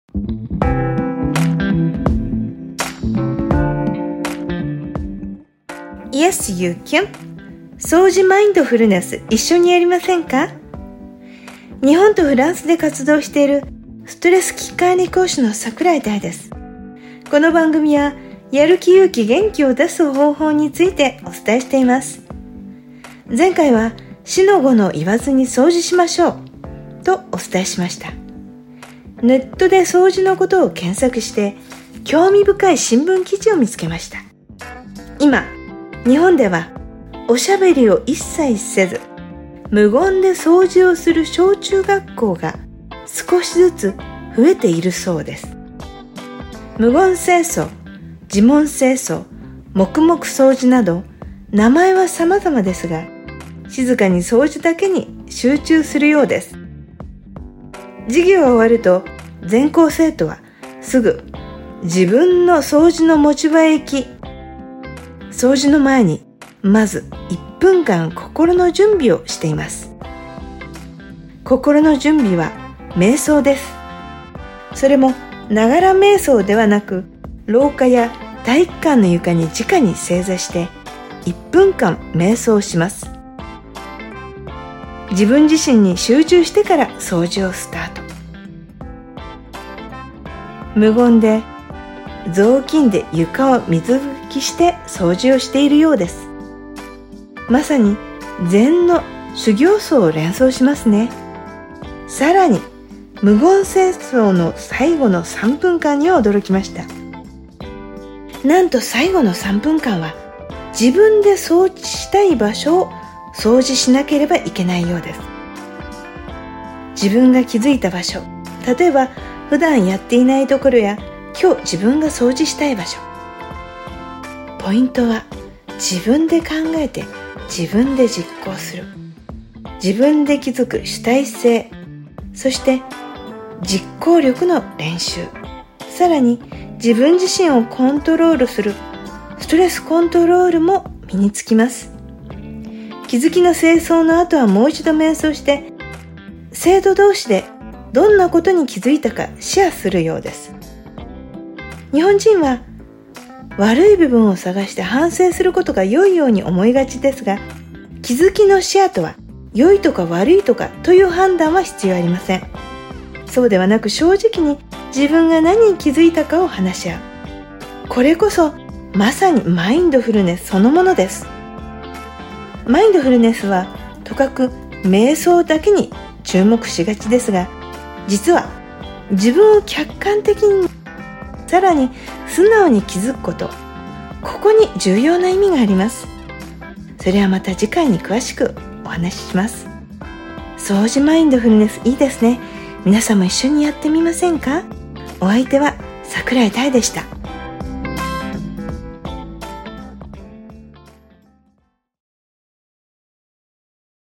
Yes, you can. 掃除マインドフルネス一緒にやりませんか？日本とフランスで活動しているストレス危機管理講師の桜井大です。この番組はやる気勇気元気を出す方法についてお伝えしています。前回は死の語の言わずに掃除しましょうとお伝えしました。ネットで掃除のことを検索して興味深い新聞記事を見つけました。今日本ではおしゃべりを一切せず無言で掃除をする小中学校が少しずつ増えているそうです。無言清掃、自問清掃、黙々掃除など名前は様々ですが、静かに掃除だけに集中するようです。授業が終わると全校生徒はすぐ自分の掃除の持ち場へ行き、掃除の前にまず1分間心の準備をしています。心の準備は瞑想です。それもながら瞑想ではなく、廊下や体育館の床に直に正座して1分間瞑想します。自分自身に集中してから掃除をスタート。無言で雑巾で床を水拭きして掃除をしているようです。まさに禅の修行僧を連想しますね。さらに無言清掃の最後の3分間には驚きました。なんと最後の3分間は自分で掃除したい場所を掃除しなければいけないようです。自分が気づいた場所、例えば普段やっていないところや今日自分が掃除したい場所。ポイントは自分で考えて自分で実行する。自分で気づく主体性、そして実行力の練習。さらに自分自身をコントロールするストレスコントロールも身につきます。気づきの清掃の後はもう一度瞑想して生徒同士でどんなことに気づいたかシェアするようです。日本人は悪い部分を探して反省することが良いように思いがちですが、気づきのシェアとは良いとか悪いとかという判断は必要ありません。そうではなく、正直に自分が何に気づいたかを話し合う。これこそまさにマインドフルネスそのものです。マインドフルネスはとかく瞑想だけに注目しがちですが、実は自分を客観的にさらに素直に気づくこと、ここに重要な意味があります。それはまた次回に詳しくお話しします。掃除マインドフルネスいいですね。皆さんも一緒にやってみませんか？お相手は桜井大でした。